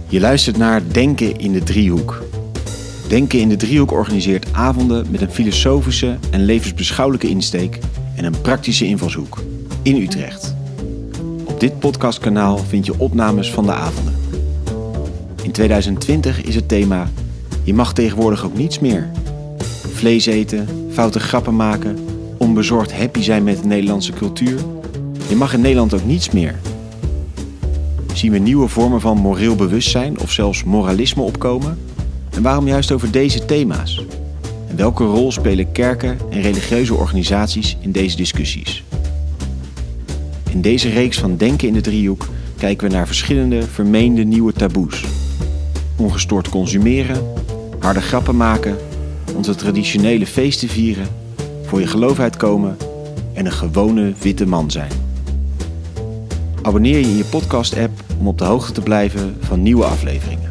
Je luistert naar Denken in de Driehoek. Denken in de Driehoek organiseert avonden met een filosofische en levensbeschouwelijke insteek en een praktische invalshoek in Utrecht. Op dit podcastkanaal vind je opnames van de avonden. In 2020 is het thema: je mag tegenwoordig ook niets meer. Vlees eten, foute grappen maken, onbezorgd happy zijn met de Nederlandse cultuur. Je mag in Nederland ook niets meer. Zien we nieuwe vormen van moreel bewustzijn of zelfs moralisme opkomen? En waarom juist over deze thema's? En welke rol spelen kerken en religieuze organisaties in deze discussies? In deze reeks van Denken in de Driehoek kijken we naar verschillende vermeende nieuwe taboes. Ongestoord consumeren, harde grappen maken, onze traditionele feesten vieren, voor je geloof uitkomen en een gewone witte man zijn. Abonneer je in je podcast-app om op de hoogte te blijven van nieuwe afleveringen.